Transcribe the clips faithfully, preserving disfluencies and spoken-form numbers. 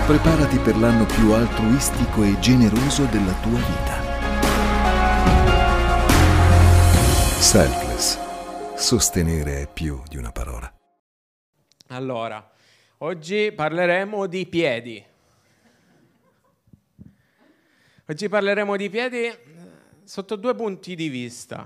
Preparati per l'anno più altruistico e generoso della tua vita. Selfless. Sostenere è più di una parola. Allora, oggi parleremo di piedi. Oggi parleremo di piedi sotto due punti di vista.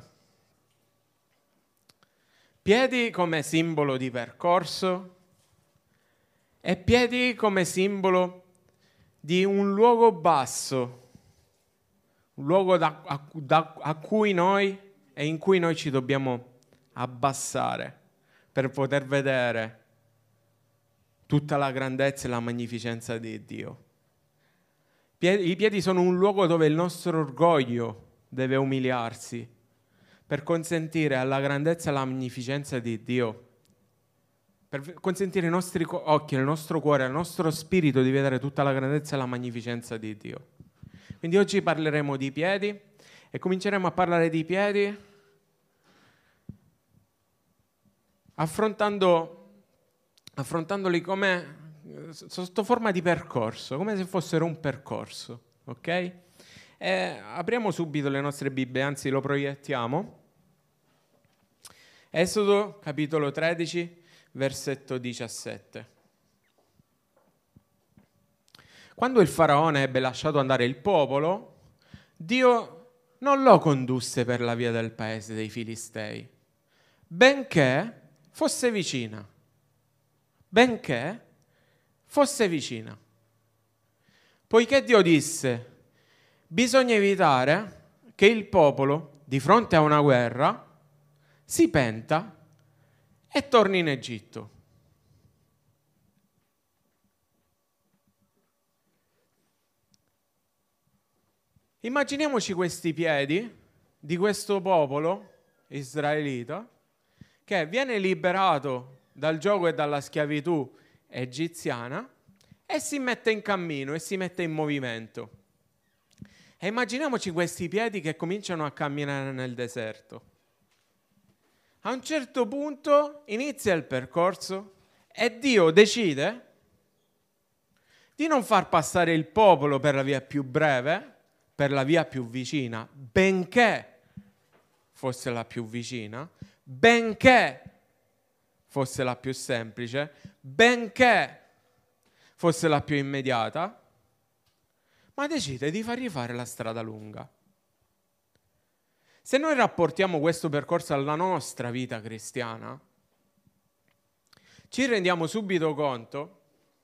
Piedi come simbolo di percorso e piedi come simbolo di un luogo basso, un luogo da, a, da, a cui noi e in cui noi ci dobbiamo abbassare per poter vedere tutta la grandezza e la magnificenza di Dio. I piedi sono un luogo dove il nostro orgoglio deve umiliarsi per consentire alla grandezza e alla magnificenza di Dio, per consentire ai nostri occhi, al nostro cuore, al nostro spirito di vedere tutta la grandezza e la magnificenza di Dio. Quindi oggi parleremo di piedi e cominceremo a parlare di piedi affrontando, affrontandoli come sotto forma di percorso, come se fossero un percorso, ok? E apriamo subito le nostre Bibbie, anzi lo proiettiamo. Esodo, capitolo tredici, versetto diciassette. Quando il faraone ebbe lasciato andare il popolo, Dio non lo condusse per la via del paese dei Filistei, benché fosse vicina, benché fosse vicina. Poiché Dio disse: bisogna evitare che il popolo, di fronte a una guerra, si penta e torni in Egitto. Immaginiamoci questi piedi di questo popolo israelita che viene liberato dal giogo e dalla schiavitù egiziana e si mette in cammino e si mette in movimento. E immaginiamoci questi piedi che cominciano a camminare nel deserto. A un certo punto inizia il percorso e Dio decide di non far passare il popolo per la via più breve, per la via più vicina, benché fosse la più vicina, benché fosse la più semplice, benché fosse la più immediata, ma decide di far rifare la strada lunga. Se noi rapportiamo questo percorso alla nostra vita cristiana, ci rendiamo subito conto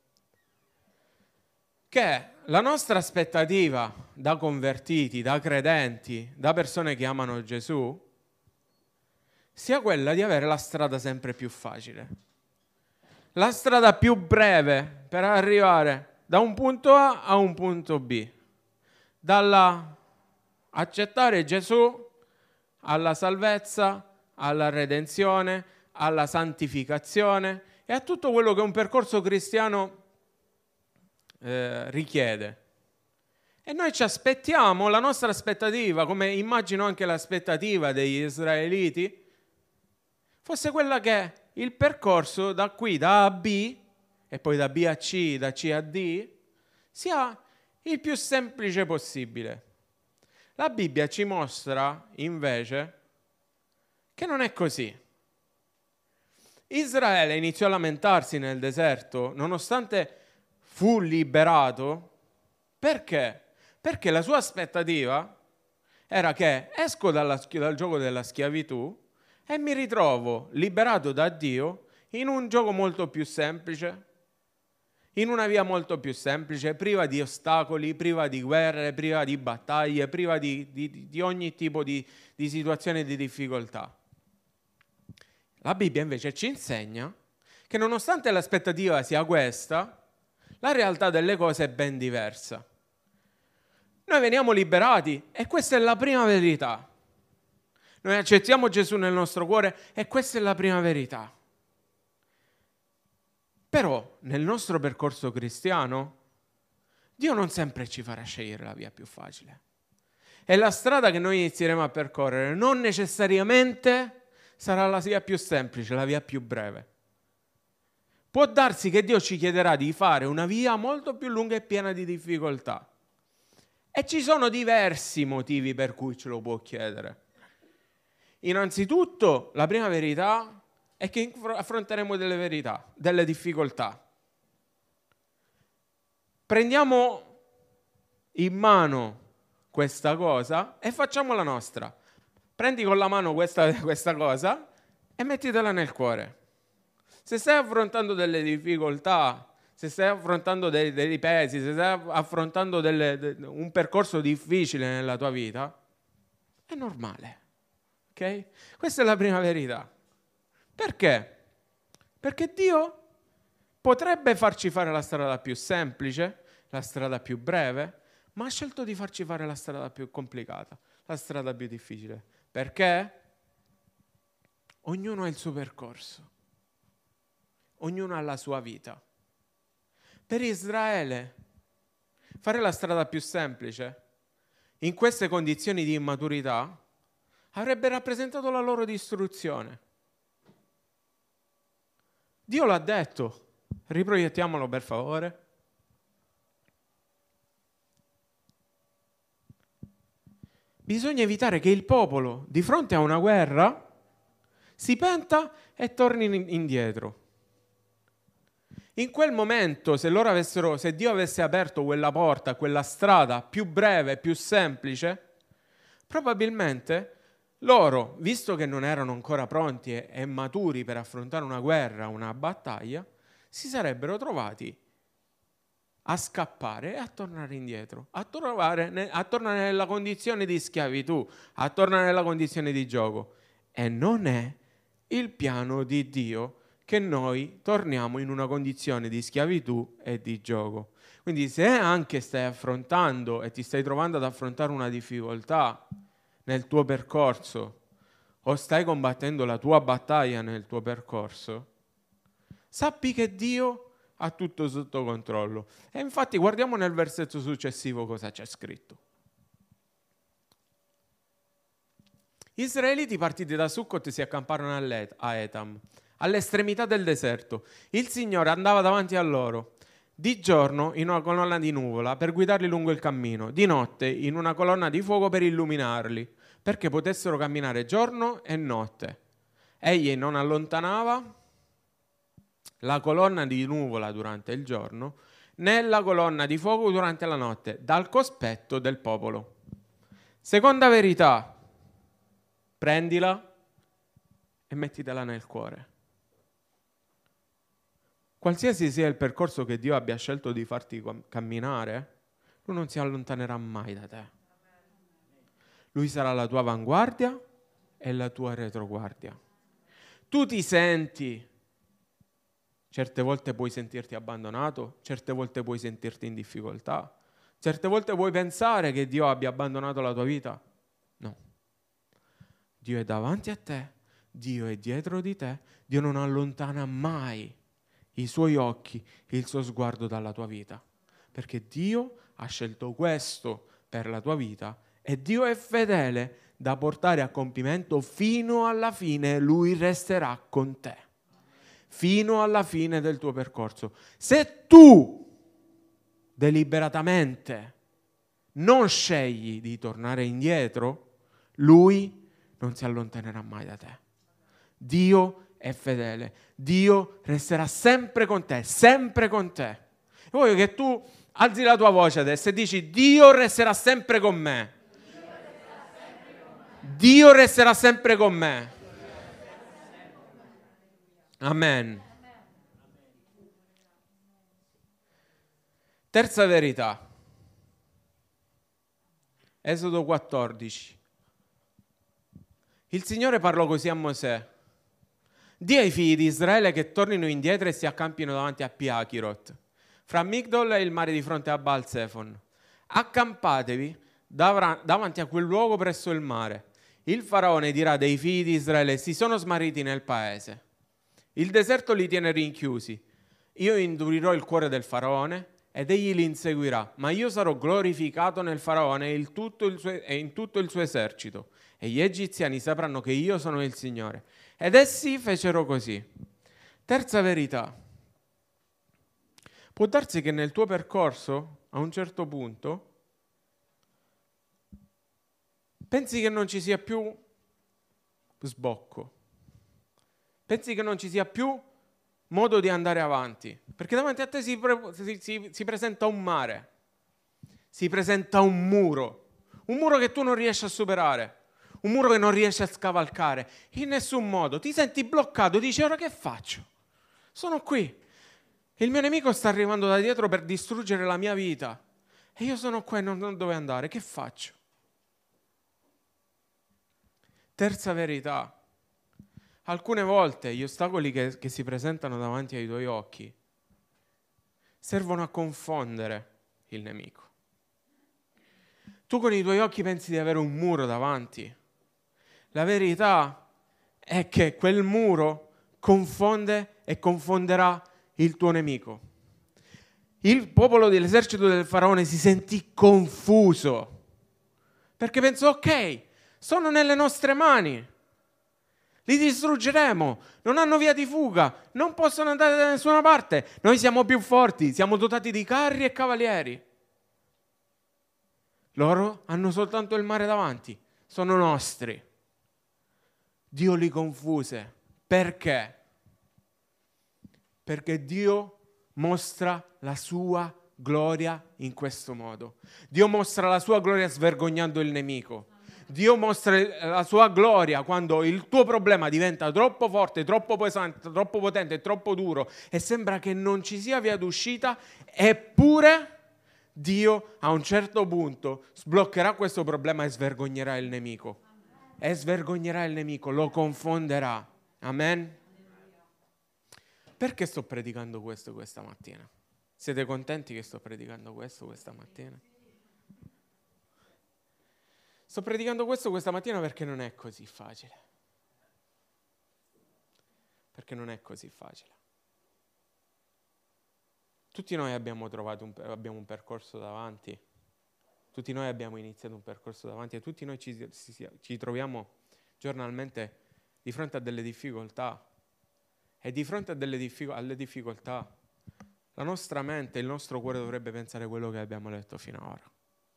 che la nostra aspettativa da convertiti, da credenti, da persone che amano Gesù, sia quella di avere la strada sempre più facile, la strada più breve per arrivare da un punto A a un punto B, dalla accettare Gesù alla salvezza, alla redenzione, alla santificazione e a tutto quello che un percorso cristiano eh, richiede. E noi ci aspettiamo, la nostra aspettativa, come immagino anche l'aspettativa degli israeliti, fosse quella che il percorso da qui, da A a B, e poi da B a C, da C a D, sia il più semplice possibile. La Bibbia ci mostra invece che non è così. Israele iniziò a lamentarsi nel deserto nonostante fu liberato. Perché? Perché la sua aspettativa era che esco dalla, dal gioco della schiavitù e mi ritrovo liberato da Dio in un gioco molto più semplice, in una via molto più semplice, priva di ostacoli, priva di guerre, priva di battaglie, priva di, di, di ogni tipo di, di situazione di difficoltà. La Bibbia invece ci insegna che nonostante l'aspettativa sia questa, la realtà delle cose è ben diversa. Noi veniamo liberati e questa è la prima verità. Noi accettiamo Gesù nel nostro cuore e questa è la prima verità. Però nel nostro percorso cristiano Dio non sempre ci farà scegliere la via più facile. E la strada che noi inizieremo a percorrere non necessariamente sarà la via più semplice, la via più breve. può darsi che Dio ci chiederà di fare una via molto più lunga e piena di difficoltà. E ci sono diversi motivi per cui ce lo può chiedere. Innanzitutto, la prima verità è che affronteremo delle verità, delle difficoltà. Prendiamo in mano questa cosa e facciamo la nostra. Prendi con la mano questa, questa cosa e mettitela nel cuore. Se stai affrontando delle difficoltà, se stai affrontando dei, dei pesi, se stai affrontando delle, de, un percorso difficile nella tua vita, è normale. Ok? Questa è la prima verità. Perché? Perché Dio potrebbe farci fare la strada più semplice, la strada più breve, ma ha scelto di farci fare la strada più complicata, la strada più difficile. Perché? Ognuno ha il suo percorso. Ognuno ha la sua vita. Per Israele, fare la strada più semplice, in queste condizioni di immaturità, avrebbe rappresentato la loro distruzione. Dio l'ha detto, riproiettiamolo per favore. Bisogna evitare che il popolo, di fronte a una guerra, si penta e torni indietro. In quel momento, se loro avessero, se Dio avesse aperto quella porta, quella strada più breve, più semplice, probabilmente loro, visto che non erano ancora pronti e, e maturi per affrontare una guerra, una battaglia, si sarebbero trovati a scappare e a tornare indietro, a, trovare, a tornare nella condizione di schiavitù, a tornare nella condizione di gioco. E non è il piano di Dio che noi torniamo in una condizione di schiavitù e di gioco. Quindi se anche stai affrontando e ti stai trovando ad affrontare una difficoltà nel tuo percorso o stai combattendo la tua battaglia nel tuo percorso, sappi che Dio ha tutto sotto controllo. E infatti guardiamo nel versetto successivo cosa c'è scritto. Gli israeliti partiti da Succot si accamparono a Etam, all'estremità del deserto. Il Signore andava davanti a loro, di giorno in una colonna di nuvola per guidarli lungo il cammino, di notte in una colonna di fuoco per illuminarli, perché potessero camminare giorno e notte. Egli non allontanava la colonna di nuvola durante il giorno, né la colonna di fuoco durante la notte, dal cospetto del popolo. Seconda verità, prendila e mettitela nel cuore. Qualsiasi sia il percorso che Dio abbia scelto di farti camminare, Lui non si allontanerà mai da te. Lui sarà la tua avanguardia e la tua retroguardia. Tu ti senti, certe volte puoi sentirti abbandonato, certe volte puoi sentirti in difficoltà, certe volte puoi pensare che Dio abbia abbandonato la tua vita. No. Dio è davanti a te, Dio è dietro di te, Dio non allontana mai i suoi occhi, il suo sguardo dalla tua vita, perché Dio ha scelto questo per la tua vita e Dio è fedele da portare a compimento fino alla fine. Lui resterà con te fino alla fine del tuo percorso. Se tu deliberatamente non scegli di tornare indietro, Lui non si allontanerà mai da te. Dio è fedele, Dio resterà sempre con te, sempre con te. E voglio che tu alzi la tua voce adesso e dici: Dio resterà sempre con me. Dio resterà sempre con me. Amen. Terza verità. Esodo quattordici. Il Signore parlò così a Mosè: di ai figli di Israele che tornino indietro e si accampino davanti a Piachirot, fra Migdol e il mare di fronte a Baal Zephon. Accampatevi dav- davanti a quel luogo presso il mare. Il faraone dirà dei figli di Israele: si sono smarriti nel paese. Il deserto li tiene rinchiusi. Io indurirò il cuore del faraone ed egli li inseguirà, ma io sarò glorificato nel faraone e, il tutto il suo, e in tutto il suo esercito. E gli egiziani sapranno che io sono il Signore. Ed essi fecero così. Terza verità. Può darsi che nel tuo percorso, a un certo punto, pensi che non ci sia più sbocco, pensi che non ci sia più modo di andare avanti, perché davanti a te si, pre- si, si, si presenta un mare, si presenta un muro, un muro che tu non riesci a superare, un muro che non riesci a scavalcare, in nessun modo, ti senti bloccato, dici ora che faccio? Sono qui, il mio nemico sta arrivando da dietro per distruggere la mia vita e io sono qua e non so dove andare, che faccio? Terza verità, alcune volte gli ostacoli che, che si presentano davanti ai tuoi occhi servono a confondere il nemico. Tu con i tuoi occhi pensi di avere un muro davanti. La verità è che quel muro confonde e confonderà il tuo nemico. Il popolo dell'esercito del faraone si sentì confuso perché pensò, ok, sono nelle nostre mani, li distruggeremo, non hanno via di fuga, non possono andare da nessuna parte, noi siamo più forti, siamo dotati di carri e cavalieri. Loro hanno soltanto il mare davanti, sono nostri. Dio li confuse. Perché? Perché Dio mostra la sua gloria in questo modo. Dio mostra la sua gloria svergognando il nemico. Dio mostra la sua gloria quando il tuo problema diventa troppo forte, troppo pesante, troppo potente, troppo duro e sembra che non ci sia via d'uscita, eppure Dio a un certo punto sbloccherà questo problema e svergognerà il nemico. E svergognerà il nemico, lo confonderà. Amen? Perché sto predicando questo questa mattina? Siete contenti che sto predicando questo questa mattina? Sto predicando questo questa mattina perché non è così facile. Perché non è così facile. Tutti noi abbiamo trovato un, abbiamo un percorso davanti, tutti noi abbiamo iniziato un percorso davanti e tutti noi ci, ci, ci troviamo giornalmente di fronte a delle difficoltà e di fronte a delle diffic- alle difficoltà la nostra mente, il nostro cuore dovrebbe pensare quello che abbiamo letto fino ad ora.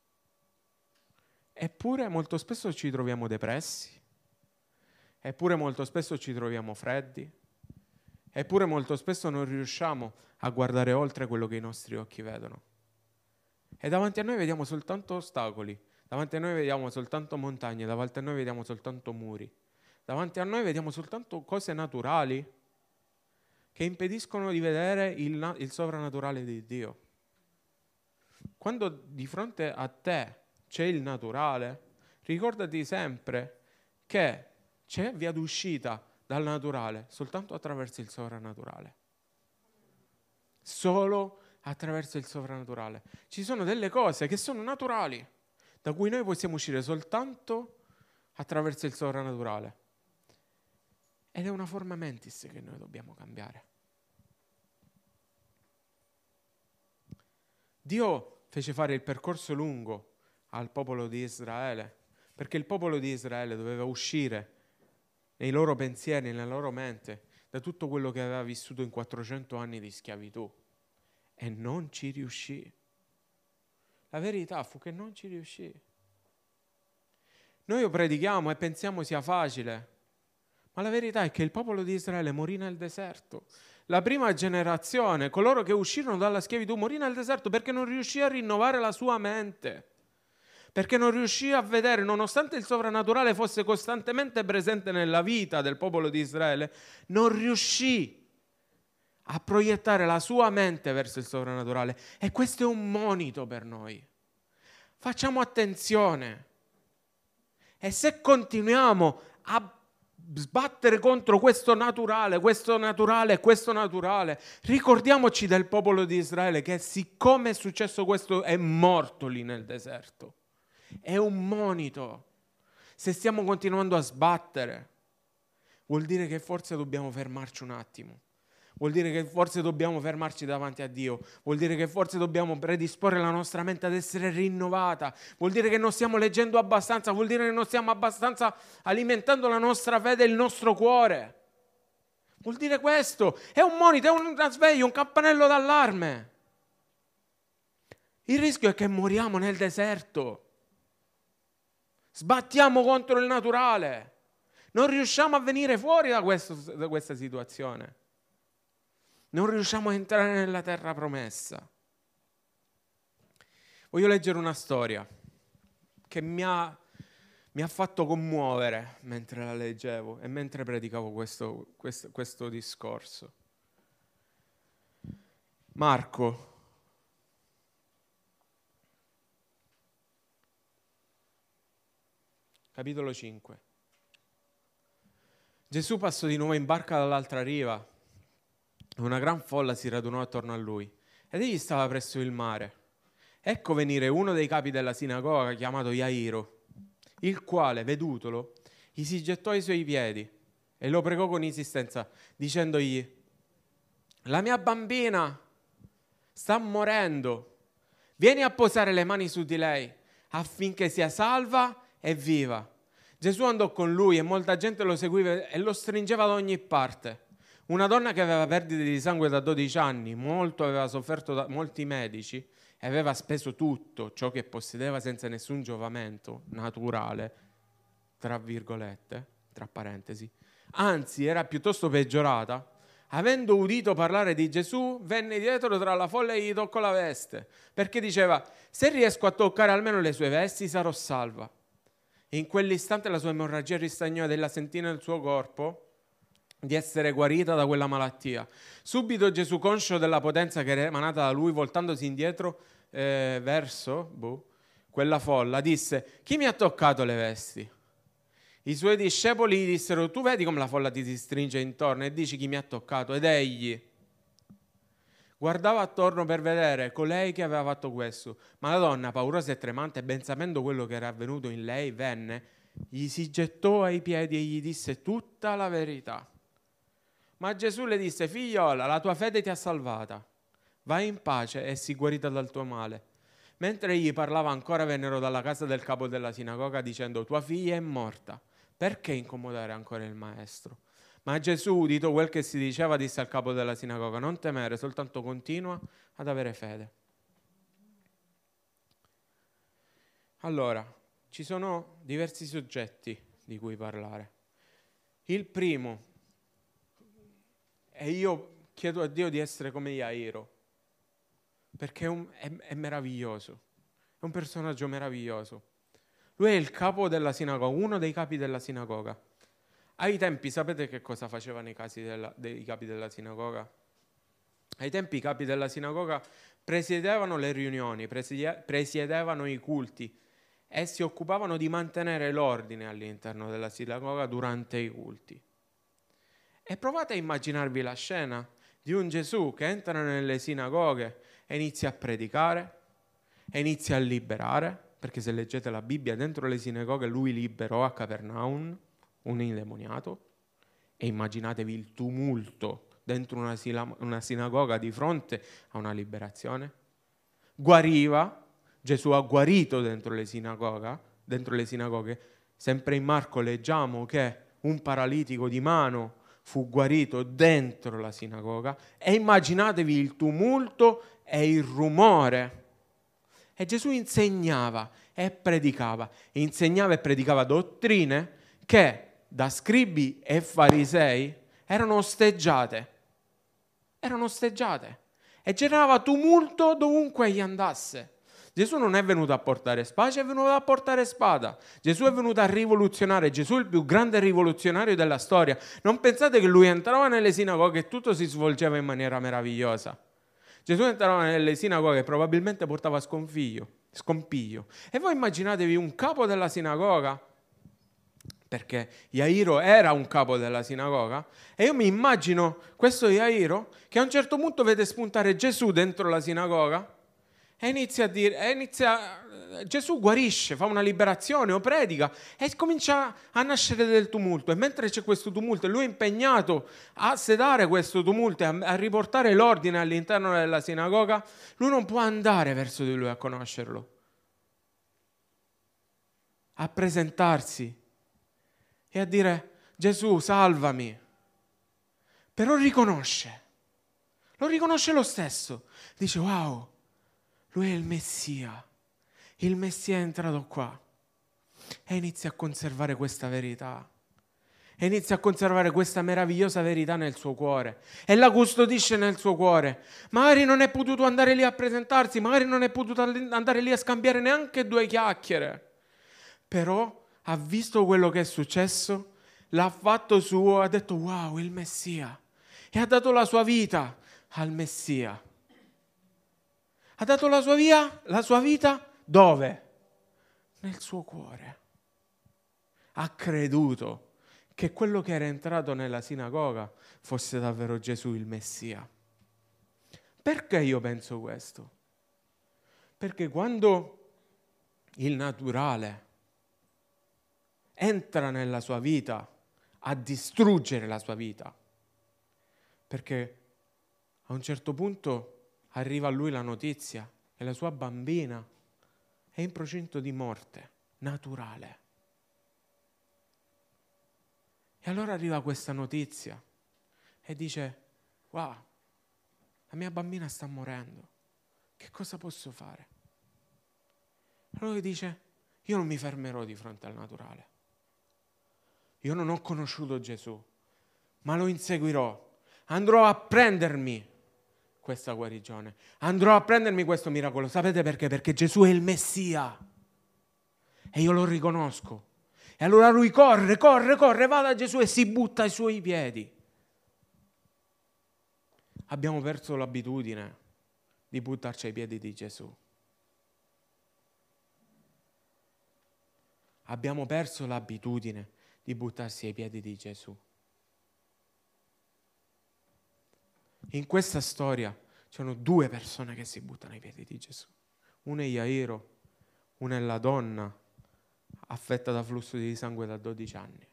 Eppure molto spesso ci troviamo depressi, eppure molto spesso ci troviamo freddi, eppure molto spesso non riusciamo a guardare oltre quello che i nostri occhi vedono. E davanti a noi vediamo soltanto ostacoli, davanti a noi vediamo soltanto montagne, davanti a noi vediamo soltanto muri, davanti a noi vediamo soltanto cose naturali che impediscono di vedere il, il sovrannaturale di Dio. Quando di fronte a te c'è il naturale, ricordati sempre che c'è via d'uscita dal naturale soltanto attraverso il sovrannaturale. Solo attraverso il sovrannaturale. Ci sono delle cose che sono naturali, da cui noi possiamo uscire soltanto attraverso il sovrannaturale. Ed è una forma mentis che noi dobbiamo cambiare. Dio fece fare il percorso lungo al popolo di Israele, perché il popolo di Israele doveva uscire nei loro pensieri, nella loro mente, da tutto quello che aveva vissuto in quattrocento anni di schiavitù. E non ci riuscì. La verità fu che non ci riuscì. Noi lo predichiamo e pensiamo sia facile, ma la verità è che il popolo di Israele morì nel deserto. La prima generazione, coloro che uscirono dalla schiavitù, morì nel deserto perché non riuscì a rinnovare la sua mente. Perché non riuscì a vedere, nonostante il sovrannaturale fosse costantemente presente nella vita del popolo di Israele, non riuscì a proiettare la sua mente verso il sovrannaturale. E questo è un monito per noi. Facciamo attenzione. E se continuiamo a sbattere contro questo naturale, questo naturale, questo naturale, ricordiamoci del popolo di Israele che siccome è successo questo è morto lì nel deserto. È un monito. Se stiamo continuando a sbattere, vuol dire che forse dobbiamo fermarci un attimo. Vuol dire che forse dobbiamo fermarci davanti a Dio. Vuol dire che forse dobbiamo predisporre la nostra mente ad essere rinnovata. Vuol dire che non stiamo leggendo abbastanza. Vuol dire che non stiamo abbastanza alimentando la nostra fede e il nostro cuore. Vuol dire questo. È un monito, è una sveglia, un campanello d'allarme. Il rischio è che moriamo nel deserto. Sbattiamo contro il naturale. Non riusciamo a venire fuori da, questo, da questa situazione. Non riusciamo a entrare nella terra promessa. Voglio leggere una storia che mi ha, mi ha fatto commuovere mentre la leggevo e mentre predicavo questo, questo, questo discorso. Marco, capitolo cinque. Gesù passò di nuovo in barca dall'altra riva. Una gran folla si radunò attorno a lui ed egli stava presso il mare. Ecco venire uno dei capi della sinagoga chiamato Jairo, il quale, vedutolo, gli si gettò ai suoi piedi e lo pregò con insistenza, dicendogli: la mia bambina sta morendo, vieni a posare le mani su di lei affinché sia salva e viva. Gesù andò con lui e molta gente lo seguiva e lo stringeva da ogni parte. Una donna che aveva perdite di sangue da dodici anni, molto aveva sofferto da molti medici e aveva speso tutto ciò che possedeva senza nessun giovamento naturale, tra virgolette, tra parentesi, anzi era piuttosto peggiorata. Avendo udito parlare di Gesù, venne dietro tra la folla e gli toccò la veste, perché diceva: se riesco a toccare almeno le sue vesti sarò salva. E in quell'istante la sua emorragia ristagnò ed ella sentì nel suo corpo di essere guarita da quella malattia. Subito Gesù, conscio della potenza che era emanata da lui, voltandosi indietro eh, verso boh, quella folla, disse: chi mi ha toccato le vesti? I suoi discepoli gli dissero: tu vedi come la folla ti si stringe intorno e dici chi mi ha toccato? Ed egli guardava attorno per vedere colei che aveva fatto questo. Ma la donna, paurosa e tremante, ben sapendo quello che era avvenuto in lei, venne, gli si gettò ai piedi e gli disse tutta la verità. Ma Gesù le disse: figliola, la tua fede ti ha salvata. Vai in pace e sii guarita dal tuo male. Mentre egli parlava ancora, vennero dalla casa del capo della sinagoga dicendo: tua figlia è morta. Perché incomodare ancora il maestro? Ma Gesù, udito quel che si diceva, disse al capo della sinagoga: non temere, soltanto continua ad avere fede. Allora, ci sono diversi soggetti di cui parlare. Il primo, e io chiedo a Dio di essere come Jairo, perché è, un, è, è meraviglioso, è un personaggio meraviglioso. Lui è il capo della sinagoga, uno dei capi della sinagoga. Ai tempi, sapete che cosa facevano i, casi della, dei capi della sinagoga? Ai tempi i capi della sinagoga presiedevano le riunioni, presiedevano i culti e si occupavano di mantenere l'ordine all'interno della sinagoga durante i culti. E provate a immaginarvi la scena di un Gesù che entra nelle sinagoghe e inizia a predicare, e inizia a liberare, perché se leggete la Bibbia, dentro le sinagoghe lui liberò a Capernaum un indemoniato, e immaginatevi il tumulto dentro una, sila- una sinagoga di fronte a una liberazione. Guariva, Gesù ha guarito dentro le sinagoghe, dentro le sinagoghe. Sempre in Marco leggiamo che un paralitico di mano fu guarito dentro la sinagoga, e immaginatevi il tumulto e il rumore. E Gesù insegnava e predicava, insegnava e predicava dottrine che da scribi e farisei erano osteggiate, erano osteggiate e generava tumulto dovunque egli andasse. Gesù non è venuto a portare pace, è venuto a portare spada. Gesù è venuto a rivoluzionare, Gesù è il più grande rivoluzionario della storia. Non pensate che lui entrava nelle sinagoghe e tutto si svolgeva in maniera meravigliosa. Gesù entrava nelle sinagoghe e probabilmente portava sconfiglio, scompiglio. E voi immaginatevi un capo della sinagoga, perché Jairo era un capo della sinagoga, e io mi immagino questo Jairo che a un certo punto vede spuntare Gesù dentro la sinagoga e inizia a dire, e inizia, Gesù guarisce, fa una liberazione o predica e comincia a nascere del tumulto. E mentre c'è questo tumulto e lui è impegnato a sedare questo tumulto, a, a riportare l'ordine all'interno della sinagoga, lui non può andare verso di lui a conoscerlo, a presentarsi e a dire: Gesù, salvami. Però riconosce, lo riconosce lo stesso. Dice: wow, Lui è il Messia. Il Messia è entrato qua e inizia a conservare questa verità. E inizia a conservare questa meravigliosa verità nel suo cuore e la custodisce nel suo cuore. Magari non è potuto andare lì a presentarsi, magari non è potuto andare lì a scambiare neanche due chiacchiere, però ha visto quello che è successo, l'ha fatto suo, ha detto wow, il Messia, e ha dato la sua vita al Messia. Ha dato la sua via, la sua vita dove? Nel suo cuore. Ha creduto che quello che era entrato nella sinagoga fosse davvero Gesù il Messia. Perché io penso questo? Perché quando il naturale entra nella sua vita a distruggere la sua vita, perché a un certo punto arriva a lui la notizia che la sua bambina è in procinto di morte naturale. E allora arriva questa notizia e dice, wow, la mia bambina sta morendo, che cosa posso fare? Allora dice, io non mi fermerò di fronte al naturale. Io non ho conosciuto Gesù, ma lo inseguirò. Andrò a prendermi questa guarigione, andrò a prendermi questo miracolo. Sapete perché? Perché Gesù è il Messia e io lo riconosco. E allora lui corre, corre, corre, va da Gesù e si butta ai suoi piedi. Abbiamo perso l'abitudine di buttarci ai piedi di Gesù. Abbiamo perso l'abitudine di buttarsi ai piedi di Gesù. In questa storia ci sono due persone che si buttano ai piedi di Gesù. Uno è Jairo, una è la donna affetta da flusso di sangue da dodici anni.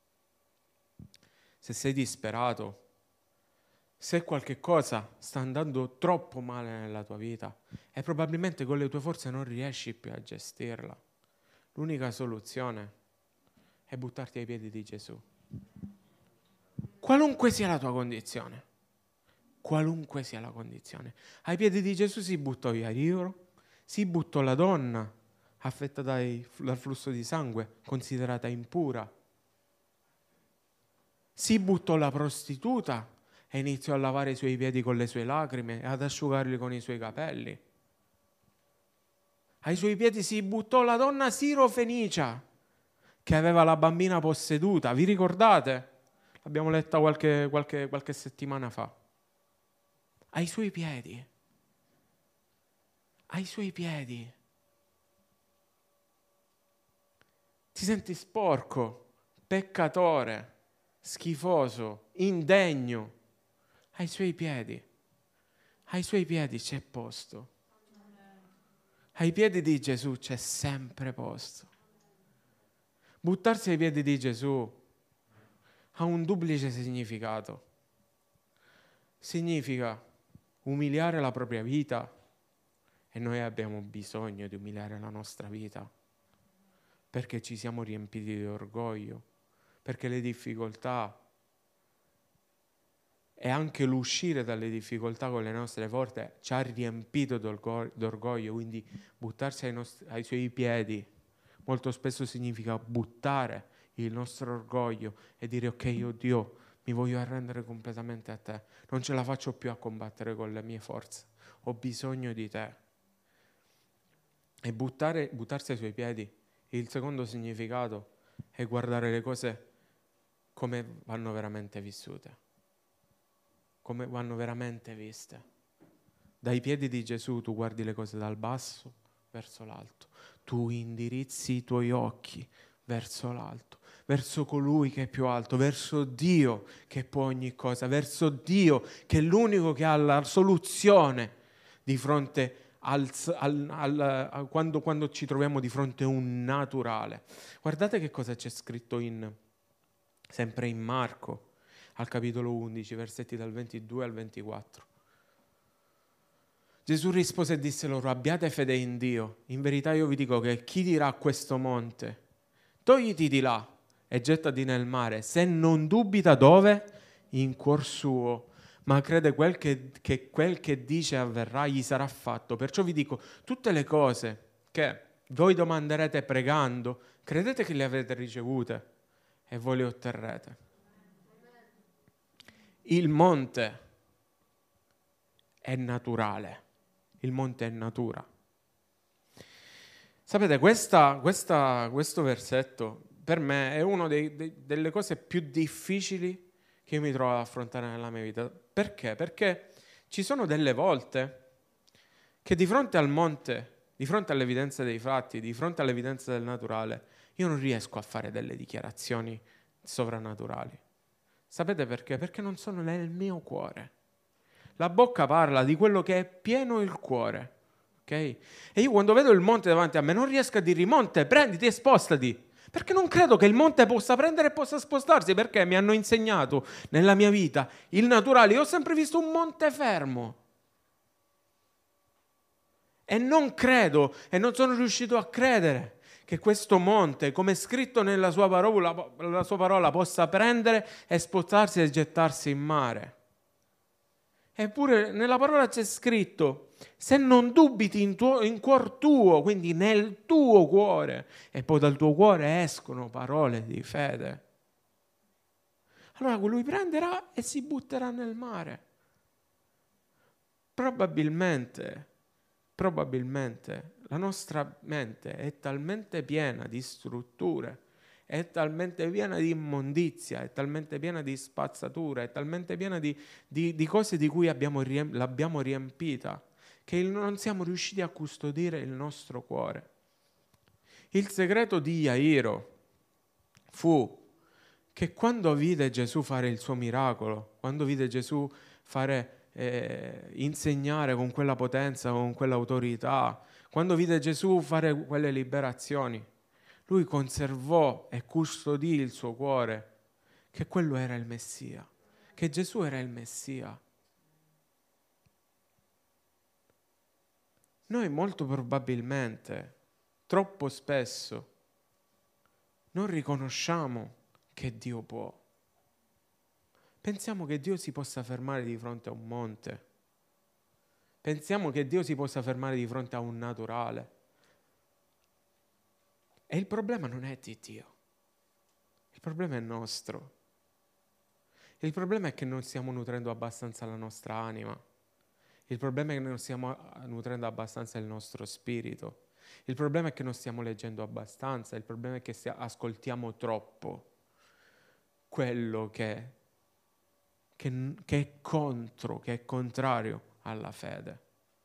Se sei disperato, se qualche cosa sta andando troppo male nella tua vita e probabilmente con le tue forze non riesci più a gestirla, l'unica soluzione è buttarti ai piedi di Gesù. Qualunque sia la tua condizione, qualunque sia la condizione, ai piedi di Gesù si buttò Jairo, si buttò la donna affetta dai, dal flusso di sangue, considerata impura. Si buttò la prostituta e iniziò a lavare i suoi piedi con le sue lacrime e ad asciugarli con i suoi capelli. Ai suoi piedi si buttò la donna sirofenicia che aveva la bambina posseduta. Vi ricordate? L'abbiamo letta qualche, qualche, qualche settimana fa. Ai suoi piedi. Ai suoi piedi. Ti senti sporco, peccatore, schifoso, indegno. Ai suoi piedi. Ai suoi piedi c'è posto. Ai piedi di Gesù c'è sempre posto. Buttarsi ai piedi di Gesù ha un duplice significato. Significa umiliare la propria vita, e noi abbiamo bisogno di umiliare la nostra vita, perché ci siamo riempiti di orgoglio, perché le difficoltà e anche l'uscire dalle difficoltà con le nostre forze ci ha riempito d'orgoglio, quindi buttarsi ai, nostri, ai suoi piedi molto spesso significa buttare il nostro orgoglio e dire ok, io Dio mi voglio arrendere completamente a te, non ce la faccio più a combattere con le mie forze, ho bisogno di te. E buttare, buttarsi ai suoi piedi, il secondo significato è guardare le cose come vanno veramente vissute, come vanno veramente viste. Dai piedi di Gesù tu guardi le cose dal basso verso l'alto, tu indirizzi i tuoi occhi verso l'alto, verso colui che è più alto, verso Dio che può ogni cosa, verso Dio che è l'unico che ha la soluzione di fronte al, al, al, al quando, quando ci troviamo di fronte a un naturale. Guardate che cosa c'è scritto in, sempre in Marco, al capitolo undici, versetti dal ventidue al ventiquattro. Gesù rispose e disse loro: abbiate fede in Dio, in verità io vi dico che chi dirà a questo monte togliti di là e gettati nel mare, se non dubita dove? In cuor suo, ma crede quel che, che quel che dice avverrà, gli sarà fatto. Perciò vi dico, tutte le cose che voi domanderete pregando, credete che le avete ricevute e voi le otterrete. Il monte è naturale, il monte è natura. Sapete, questa, questa, questo versetto per me è una delle cose più difficili che io mi trovo ad affrontare nella mia vita. Perché? Perché ci sono delle volte che di fronte al monte, di fronte all'evidenza dei fatti, di fronte all'evidenza del naturale, io non riesco a fare delle dichiarazioni sovrannaturali. Sapete perché? Perché non sono nel mio cuore. La bocca parla di quello che è pieno il cuore, ok? E io quando vedo il monte davanti a me non riesco a dire monte, prenditi e spostati, perché non credo che il monte possa prendere e possa spostarsi, perché mi hanno insegnato nella mia vita il naturale. Io ho sempre visto un monte fermo e non credo e non sono riuscito a credere che questo monte, come è scritto nella sua parola, la sua parola, possa prendere e spostarsi e gettarsi in mare. Eppure nella parola c'è scritto, se non dubiti in, tuo, in cuor tuo, quindi nel tuo cuore, e poi dal tuo cuore escono parole di fede, allora lui prenderà e si butterà nel mare. Probabilmente, probabilmente la nostra mente è talmente piena di strutture, è talmente piena di immondizia, è talmente piena di spazzatura, è talmente piena di, di, di cose di cui abbiamo, l'abbiamo riempita, che non siamo riusciti a custodire il nostro cuore. Il segreto di Jairo fu che quando vide Gesù fare il suo miracolo, quando vide Gesù fare, eh, insegnare con quella potenza, con quell'autorità, quando vide Gesù fare quelle liberazioni, lui conservò e custodì il suo cuore, che quello era il Messia, che Gesù era il Messia. Noi molto probabilmente, troppo spesso, non riconosciamo che Dio può. Pensiamo che Dio si possa fermare di fronte a un monte. Pensiamo che Dio si possa fermare di fronte a un naturale. E il problema non è di Dio. Il problema è nostro. Il problema è che non stiamo nutrendo abbastanza la nostra anima. Il problema è che non stiamo nutrendo abbastanza il nostro spirito. Il problema è che non stiamo leggendo abbastanza. Il problema è che ascoltiamo troppo quello che, che, che è contro, che è contrario alla fede.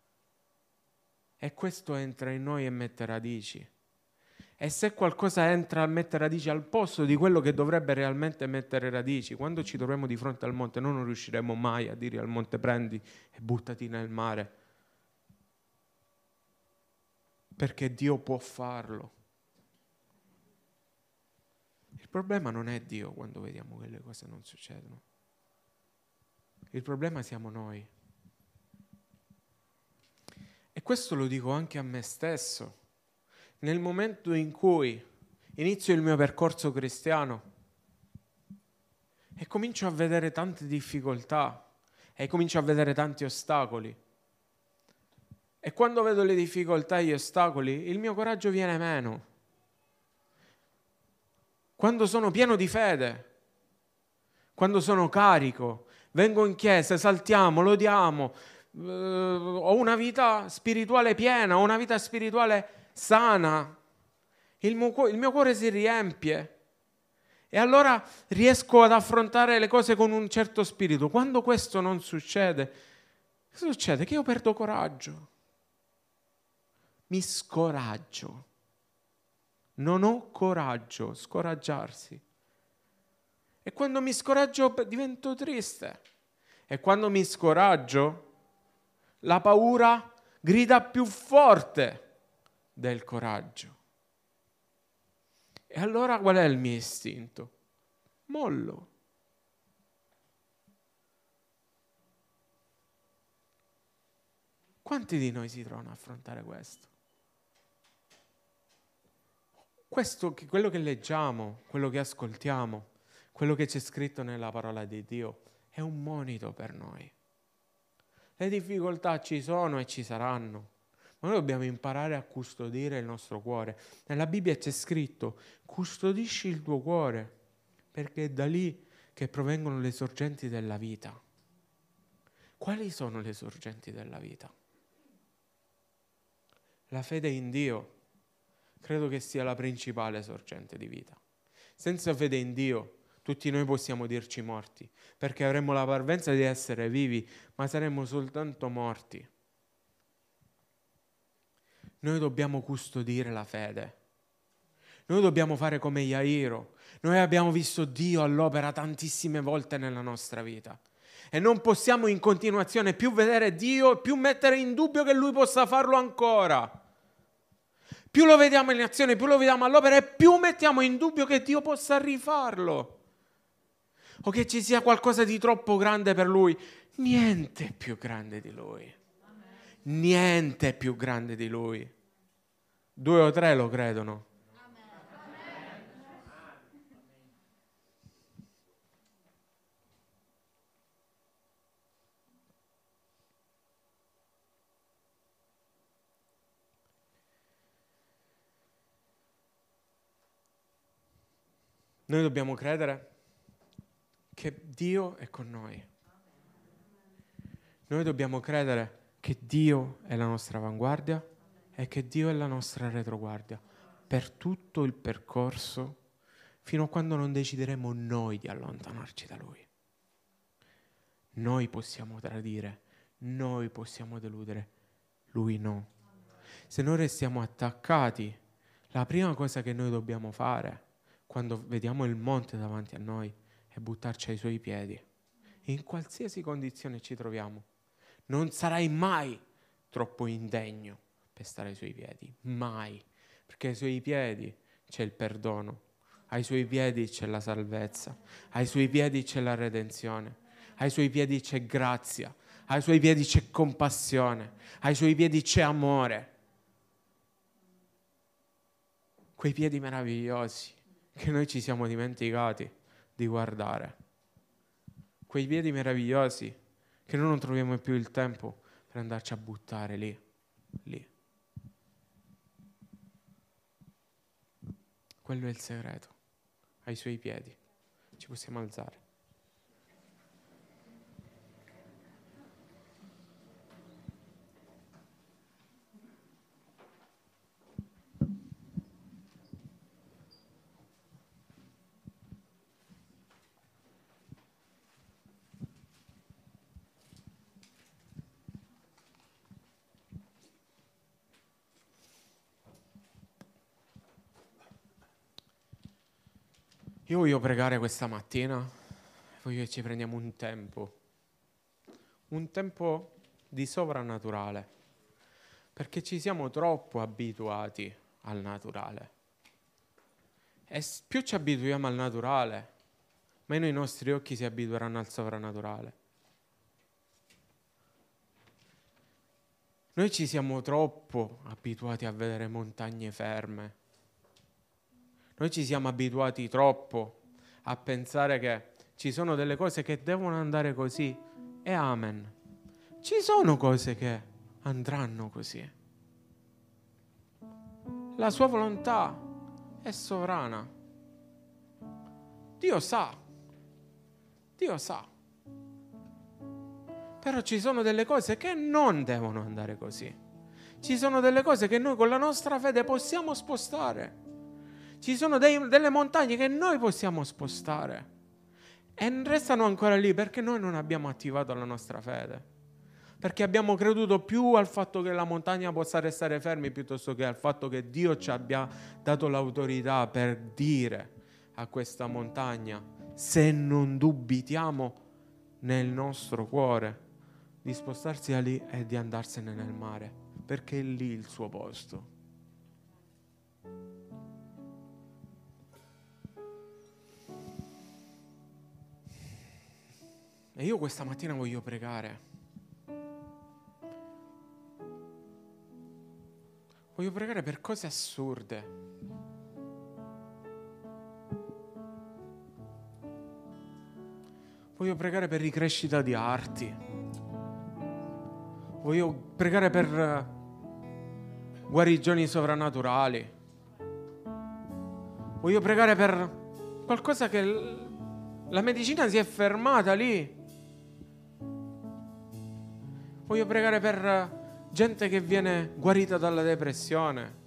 E questo entra in noi e mette radici. E se qualcosa entra a mettere radici al posto di quello che dovrebbe realmente mettere radici, quando ci troviamo di fronte al monte, noi non riusciremo mai a dire al monte prendi e buttati nel mare, perché Dio può farlo. Il problema non è Dio quando vediamo che le cose non succedono. Il problema siamo noi. E questo lo dico anche a me stesso. Nel momento in cui inizio il mio percorso cristiano e comincio a vedere tante difficoltà e comincio a vedere tanti ostacoli, e quando vedo le difficoltà e gli ostacoli, il mio coraggio viene meno. Quando sono pieno di fede, quando sono carico, vengo in chiesa, esaltiamo, lodiamo, eh, ho una vita spirituale piena, ho una vita spirituale sana, il mio, il mio cuore si riempie e allora riesco ad affrontare le cose con un certo spirito. Quando questo non succede, cosa succede? Che io perdo coraggio, mi scoraggio, non ho coraggio, scoraggiarsi. E quando mi scoraggio divento triste, e quando mi scoraggio la paura grida più forte del coraggio. E allora qual è il mio istinto? Mollo. Quanti di noi si trovano a affrontare questo? Questo, quello che leggiamo, quello che ascoltiamo, quello che c'è scritto nella parola di Dio, è un monito per noi. Le difficoltà ci sono e ci saranno, ma noi dobbiamo imparare a custodire il nostro cuore. Nella Bibbia c'è scritto: custodisci il tuo cuore, perché è da lì che provengono le sorgenti della vita. Quali sono le sorgenti della vita? La fede in Dio credo che sia la principale sorgente di vita. Senza fede in Dio tutti noi possiamo dirci morti, perché avremmo la parvenza di essere vivi, ma saremmo soltanto morti. Noi dobbiamo custodire la fede. Noi dobbiamo fare come Jairo. Noi abbiamo visto Dio all'opera tantissime volte nella nostra vita e non possiamo in continuazione più vedere Dio e più mettere in dubbio che Lui possa farlo ancora. Più lo vediamo in azione, più lo vediamo all'opera e più mettiamo in dubbio che Dio possa rifarlo o che ci sia qualcosa di troppo grande per Lui. Niente è più grande di Lui. Niente è più grande di Lui. Due o tre lo credono. Noi dobbiamo credere che Dio è con noi. Noi dobbiamo credere che Dio è la nostra avanguardia e che Dio è la nostra retroguardia per tutto il percorso fino a quando non decideremo noi di allontanarci da Lui. Noi possiamo tradire, noi possiamo deludere, Lui no. Se noi restiamo attaccati, la prima cosa che noi dobbiamo fare quando vediamo il monte davanti a noi è buttarci ai Suoi piedi. In qualsiasi condizione ci troviamo, non sarai mai troppo indegno per stare ai Suoi piedi, mai, perché ai Suoi piedi c'è il perdono, ai Suoi piedi c'è la salvezza, ai Suoi piedi c'è la redenzione, ai Suoi piedi c'è grazia, ai Suoi piedi c'è compassione, ai Suoi piedi c'è amore. Quei piedi meravigliosi che noi ci siamo dimenticati di guardare. Quei piedi meravigliosi che noi non troviamo più il tempo per andarci a buttare lì, lì. Quello è il segreto. Ai Suoi piedi ci possiamo alzare. Io voglio pregare questa mattina, voglio che ci prendiamo un tempo, un tempo di sovrannaturale, perché ci siamo troppo abituati al naturale. E più ci abituiamo al naturale, meno i nostri occhi si abitueranno al sovrannaturale. Noi ci siamo troppo abituati a vedere montagne ferme. Noi ci siamo abituati troppo a pensare che ci sono delle cose che devono andare così e amen. Ci sono cose che andranno così. La Sua volontà è sovrana. Dio sa. Dio sa. Però ci sono delle cose che non devono andare così. Ci sono delle cose che noi con la nostra fede possiamo spostare. Ci sono dei, delle montagne che noi possiamo spostare e restano ancora lì perché noi non abbiamo attivato la nostra fede, perché abbiamo creduto più al fatto che la montagna possa restare fermi piuttosto che al fatto che Dio ci abbia dato l'autorità per dire a questa montagna, se non dubitiamo nel nostro cuore, di spostarsi da lì e di andarsene nel mare, perché è lì il suo posto. E io questa mattina voglio pregare. Voglio pregare per cose assurde. Voglio pregare per ricrescita di arti. Voglio pregare per guarigioni sovrannaturali. Voglio pregare per qualcosa che la medicina si è fermata lì. Voglio pregare per gente che viene guarita dalla depressione.